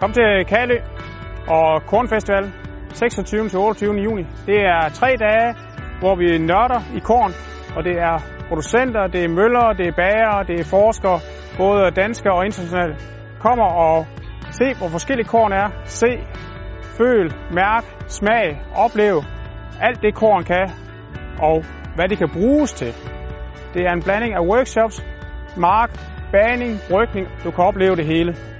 Kom til Kalø og Kornfestival 26. til 28. juni. Det er 3 dage, hvor vi nørder i korn, og det er producenter, det er møller, det er bagere, det er forskere, både danske og internationale. Kommer og se, hvor forskellige korn er. Se, føl, mærk, smag, oplev alt det korn kan, og hvad det kan bruges til. Det er en blanding af workshops, mark, bagning, brygning. Du kan opleve det hele.